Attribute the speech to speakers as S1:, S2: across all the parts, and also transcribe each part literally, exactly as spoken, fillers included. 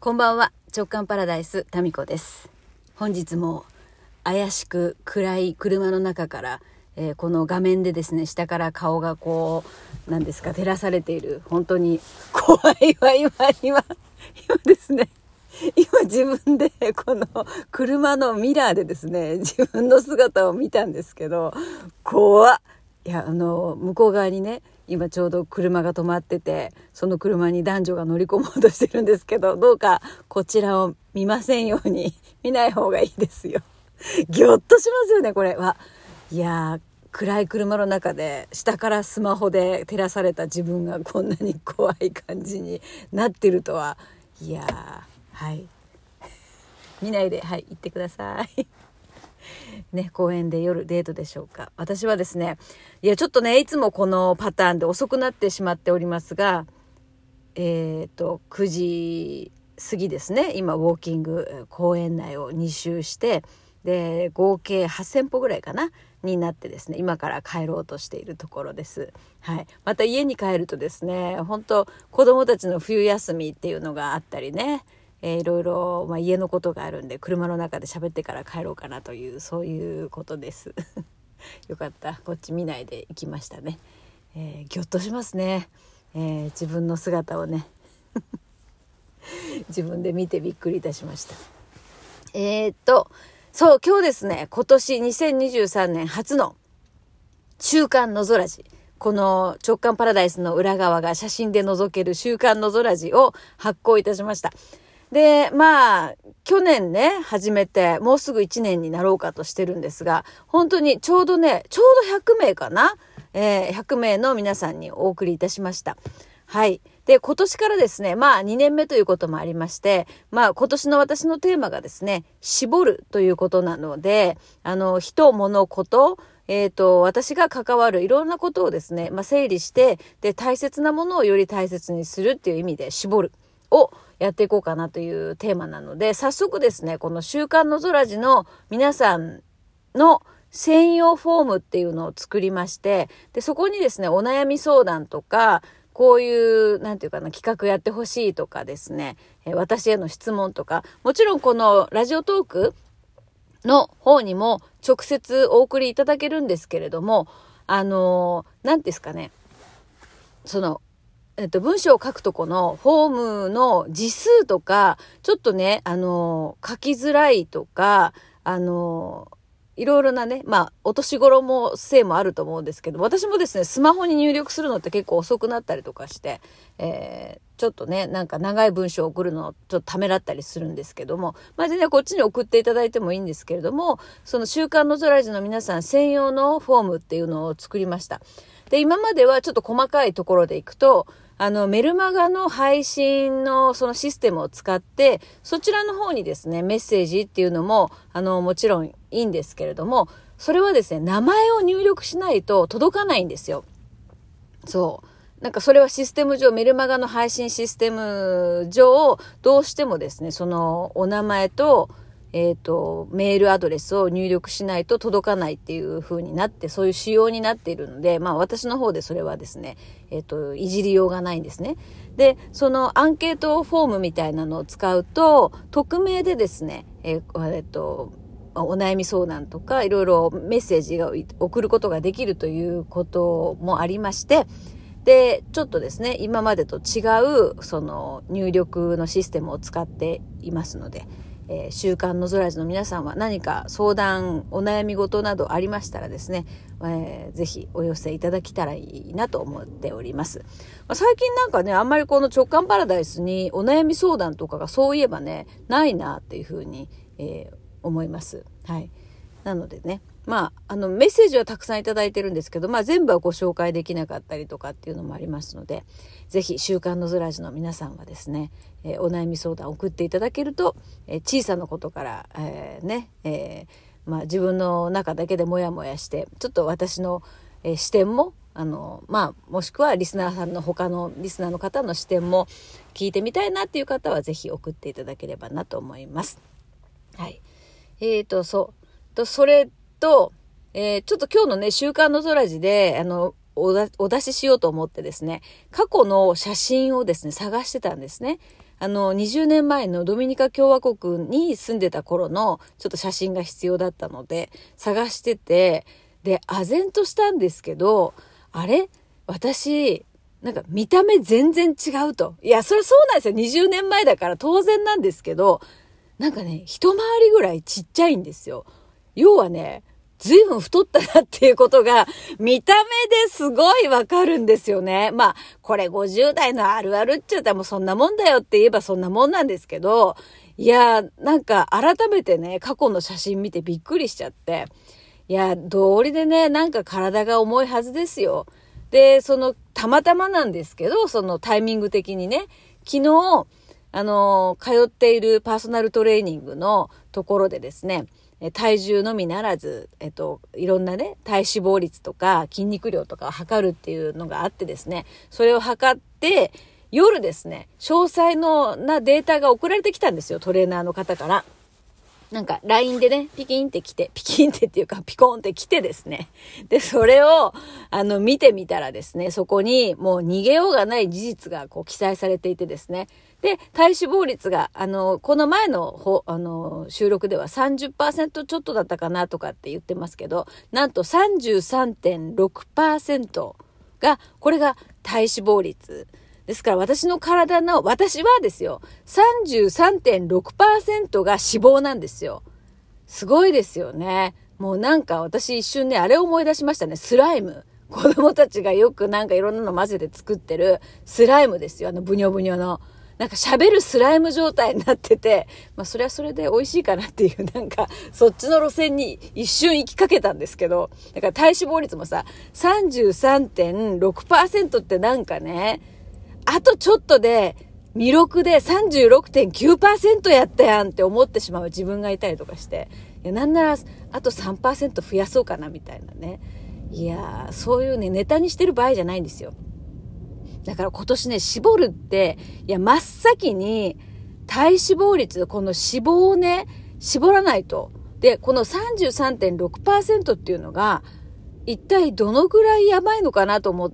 S1: こんばんは。直感パラダイスタミコです。本日も怪しく暗い車の中から、えー、この画面でですね、下から顔がこう何ですか照らされている、本当に怖いわ。今今今ですね、今自分でこの車のミラーでですね、自分の姿を見たんですけど、怖っ。いや、あの向こう側にね、今ちょうど車が止まってて、その車に男女が乗り込もうとしてるんですけど、どうかこちらを見ませんように、見ない方がいいですよ。ぎょっとしますよね、これは。いやー、暗い車の中で下からスマホで照らされた自分がこんなに怖い感じになってるとは。いやー、はい見ないで、はい、行ってくださいね、公園で夜デートでしょうか。私はですね、いやちょっとね、いつもこのパターンで遅くなってしまっておりますが、えっとくじ過ぎですね、今ウォーキング公園内をに周して、で合計はっせん歩ぐらいかなになってですね、今から帰ろうとしているところです。はい、また家に帰るとですね、本当子供たちの冬休みっていうのがあったりね、えー、いろいろ、まあ、家のことがあるんで、車の中で喋ってから帰ろうかなという、そういうことですよかった、こっち見ないで行きましたね。えー、ぎょっとしますね、えー、自分の姿をね自分で見てびっくりいたしました。えー、っとそう今日ですね、今年にせんにじゅうさんねん初の週刊のぞらじ、この直感パラダイスの裏側が写真で覗ける週刊のぞらじを発行いたしました。で、まあ、去年ね、始めて、もうすぐいちねんになろうかとしてるんですが、本当にちょうどね、ちょうどひゃくめいかな、えー、ひゃくめいの皆さんにお送りいたしました。はい。で、今年からですね、まあにねんめということもありまして、まあ今年の私のテーマがですね、絞るということなので、あの、人、物、こと、えっと、私が関わるいろんなことをですね、まあ整理して、で、大切なものをより大切にするっていう意味で、絞るをやっていこうかなというテーマなので、早速ですね、この週刊のぞらじの皆さんの専用フォームっていうのを作りまして、で、そこにですね、お悩み相談とか、こういう、なんていうかな、企画やってほしいとかですね、えー、私への質問とか、もちろんこのラジオトークの方にも直接お送りいただけるんですけれども、あのー、なんですかね、その、えっと、文章を書くとこのフォームの字数とか、ちょっとね、あのー、書きづらいとか、あのー、いろいろなね、まあ、お年頃もせいもあると思うんですけど、私もですね、スマホに入力するのって結構遅くなったりとかして、えー、ちょっとね、なんか長い文章を送るのちょっとためらったりするんですけども、まあ、全然こっちに送っていただいてもいいんですけれども、その週刊のぞらじの皆さん専用のフォームっていうのを作りました。で、今まではちょっと細かいところでいくと、あの、メルマガの配信のそのシステムを使って、そちらの方にですね、メッセージっていうのも、あの、もちろんいいんですけれども、それはですね、名前を入力しないと届かないんですよ。そう。なんかそれはシステム上、メルマガの配信システム上、どうしてもですね、そのお名前と、えっと、メールアドレスを入力しないと届かないっていう風になって、そういう仕様になっているので、まあ私の方でそれはですね、えっと、いじりようがないんですね。で、そのアンケートフォームみたいなのを使うと、匿名でですね、えー、えっと、お悩み相談とか、いろいろメッセージが送ることができるということもありまして、で、ちょっとですね、今までと違う、その入力のシステムを使っていますので、えー、週刊のぞらじの皆さんは何か相談、お悩み事などありましたらですね、えー、ぜひお寄せいただけたらいいなと思っております。まあ、最近なんかね、あんまりこの直感パラダイスにお悩み相談とかがそういえばね、ないなっていうふうに、えー、思います。はい。なのでね、まあ、あの、メッセージはたくさんいただいてるんですけど、まあ、全部はご紹介できなかったりとかっていうのもありますので、ぜひ、週刊のぞらじの皆さんはですね、えー、お悩み相談を送っていただけると、えー、小さなことから、えー、ね、えー、まあ、自分の中だけでもやもやして、ちょっと私の、えー、視点も、あの、まあ、もしくはリスナーさんの他のリスナーの方の視点も聞いてみたいなっていう方は、ぜひ送っていただければなと思います。はい。えーと、そう。と、それと、えー、ちょっと今日のね、週刊のぞらじで、あの、 おだお出ししようと思ってですね、過去の写真をですね、探してたんですね。あの、にじゅうねんまえのドミニカ共和国に住んでた頃のちょっと写真が必要だったので、探してて、で、唖然としたんですけど、あれ？私、なんか見た目全然違うと。いや、それそうなんですよ。にじゅうねんまえだから当然なんですけど、なんかね、一回りぐらいちっちゃいんですよ。要はね、ずいぶん太ったなっていうことが見た目ですごいわかるんですよね。まあ、これごじゅう代のあるあるって言ったらもうそんなもんだよって言えばそんなもんなんですけど、いや、なんか改めてね、過去の写真見てびっくりしちゃって、いや、道理でね、なんか体が重いはずですよ。で、その、たまたまなんですけど、そのタイミング的にね、昨日、あの、通っているパーソナルトレーニングのところでですね、体重のみならず、えっと、いろんなね、体脂肪率とか筋肉量とかを測るっていうのがあってですね、それを測って、夜ですね、詳細のなデータが送られてきたんですよ、トレーナーの方から。なんか ライン でね、ピキンって来て、ピキンってっていうかピコンって来てですね。で、それを、あの、見てみたらですね、そこにもう逃げようがない事実がこう記載されていてですね。で、体脂肪率が、あの、この前のほ、あの、収録では さんじゅっパーセント ちょっとだったかなとかって言ってますけど、なんと さんじゅうさんてんろくパーセント が、これが体脂肪率。ですから私の体の、私はですよ、さんじゅうさんてんろくパーセント が脂肪なんですよ。すごいですよね。もうなんか私一瞬ね、あれを思い出しましたね。スライム。子供たちがよくなんかいろんなの混ぜて作ってるスライムですよ。あのブニョブニョの。なんか喋るスライム状態になってて、まあそれはそれで美味しいかなっていう、なんかそっちの路線に一瞬行きかけたんですけど、だから体脂肪率もさ、さんじゅうさんてんろくパーセント ってなんかね、あとちょっとで、弥勒で さんじゅうろくてんきゅうパーセント やったやんって思ってしまう自分がいたりとかして、いや、なんなら、あと さんパーセント 増やそうかなみたいなね。いやー、そういうね、ネタにしてる場合じゃないんですよ。だから今年ね、絞るって、いや、真っ先に、体脂肪率、この脂肪をね、絞らないと。で、この さんじゅうさんてんろくパーセント っていうのが、一体どのぐらいやばいのかなと思って、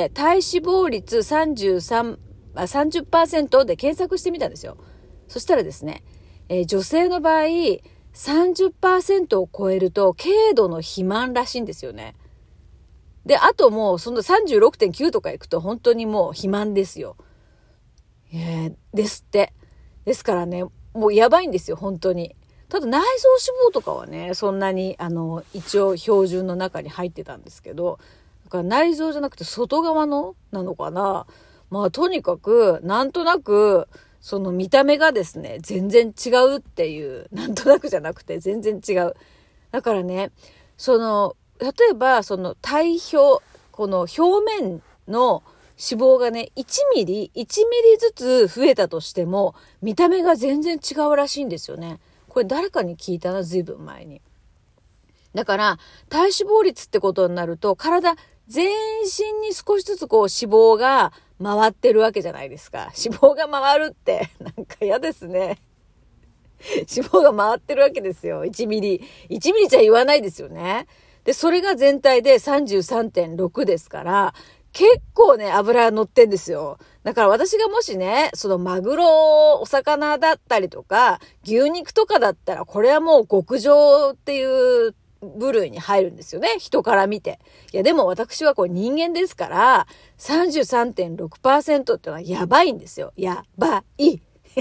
S1: 体脂肪率さんじゅうさん、さんじゅっパーセント で検索してみたんですよ。そしたらですね、えー、女性の場合、さんじゅっパーセント を超えると、軽度の肥満らしいんですよね。で、あともう、その さんじゅうろくてんきゅう とかいくと、本当にもう肥満ですよ。えー、ですって。ですからね、もうやばいんですよ、本当に。ただ内臓脂肪とかはね、そんなに、あの、一応標準の中に入ってたんですけど、だから内臓じゃなくて外側のなのかな。まあ、とにかく、なんとなく、その見た目がですね、全然違うっていう、なんとなくじゃなくて全然違う。だからね、その、例えば、その体表、この表面の脂肪がね、いちミリ、いちミリずつ増えたとしても、見た目が全然違うらしいんですよね。これ誰かに聞いたな、ずいぶん前に。だから、体脂肪率ってことになると、体全身に少しずつこう脂肪が回ってるわけじゃないですか。脂肪が回るって、なんか嫌ですね。脂肪が回ってるわけですよ。いちミリ。いちミリじゃ言わないですよね。で、それが全体で さんじゅうさんてんろく ですから、結構ね、油乗ってんですよ。だから私がもしね、そのマグロ、お魚だったりとか、牛肉とかだったら、これはもう極上っていう部類に入るんですよね。人から見て。いや、でも私はこう人間ですから、さんじゅうさんてんろくパーセント ってのはやばいんですよ。やばい。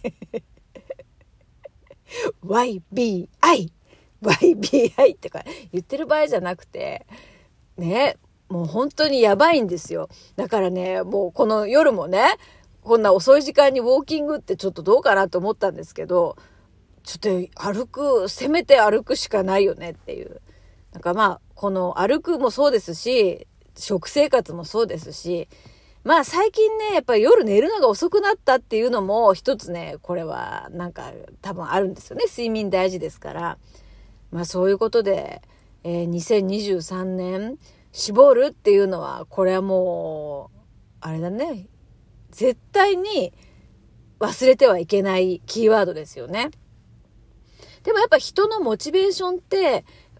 S1: ワイビーアイ。ワイビーアイ ってか言ってる場合じゃなくて、ね、もう本当にやばいんですよ。だからね、もうこの夜もね、こんな遅い時間にウォーキングってちょっとどうかなと思ったんですけど、ちょっと歩く、せめて歩くしかないよねっていう。なんかまあ、この歩くもそうですし、食生活もそうですし、まあ最近ね、やっぱり夜寝るのが遅くなったっていうのも一つね、これはなんか多分あるんですよね。睡眠大事ですから。まあそういうことで、えー、にせんにじゅうさんねん、絞るっていうのは、これはもう、あれだね。絶対に忘れてはいけないキーワードですよね。でもやっぱ人のモチベーションって、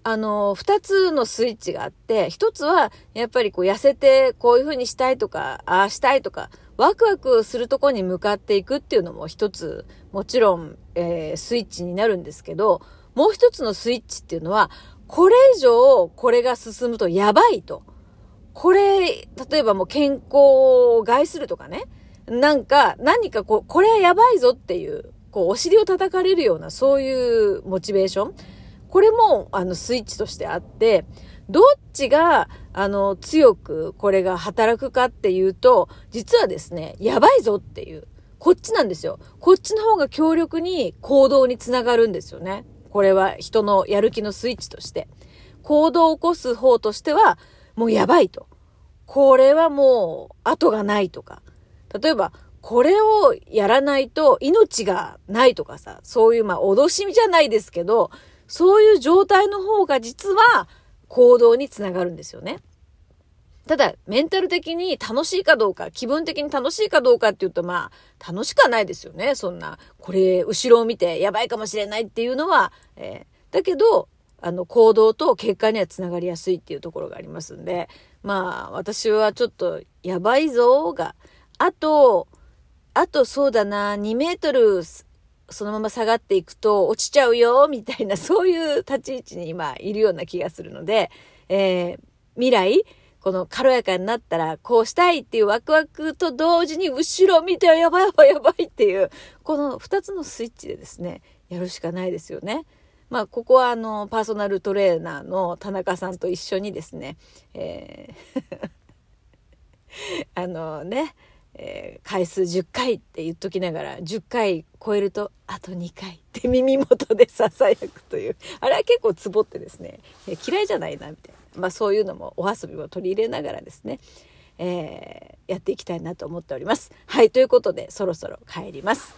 S1: あの、二つのスイッチがあって、一つは、やっぱりこう痩せて、こういう風にしたいとか、ああしたいとか、ワクワクするところに向かっていくっていうのも一つ、もちろん、えー、スイッチになるんですけど、もう一つのスイッチっていうのは、これ以上、これが進むとやばいと。これ、例えばもう健康を害するとかね。なんか、何かこう、これはやばいぞっていう、こう、お尻を叩かれるような、そういうモチベーション。これも、あの、スイッチとしてあって、どっちが、あの、強くこれが働くかっていうと、実はですね、やばいぞっていう、こっちなんですよ。こっちの方が強力に行動につながるんですよね。これは人のやる気のスイッチとして。行動を起こす方としては、もうやばいと。これはもう、後がないとか。例えば、これをやらないと命がないとかさ、そういうまあ脅しじゃないですけど、そういう状態の方が実は行動につながるんですよね。ただ、メンタル的に楽しいかどうか、気分的に楽しいかどうかっていうと、まあ、楽しくはないですよね。そんな、これ、後ろを見てやばいかもしれないっていうのは、えー、だけど、あの、行動と結果にはつながりやすいっていうところがありますんで、まあ、私はちょっと、やばいぞが、あと、あとそうだな、にメートル、そのまま下がっていくと落ちちゃうよみたいな、そういう立ち位置に今いるような気がするので、えー、未来この軽やかになったらこうしたいっていうワクワクと同時に後ろ見てやばいやばいやばいっていうこのふたつのスイッチでですねやるしかないですよね。まあここはあのパーソナルトレーナーの田中さんと一緒にですね、えー、あのねえー、回数じゅっかいって言っときながらじゅっかい超えるとあとにかいって耳元でささやくという、あれは結構ツボってですね、えー、嫌いじゃないなみたいな、まあそういうのもお遊びを取り入れながらですね、えー、やっていきたいなと思っております。はい、ということでそろそろ帰ります。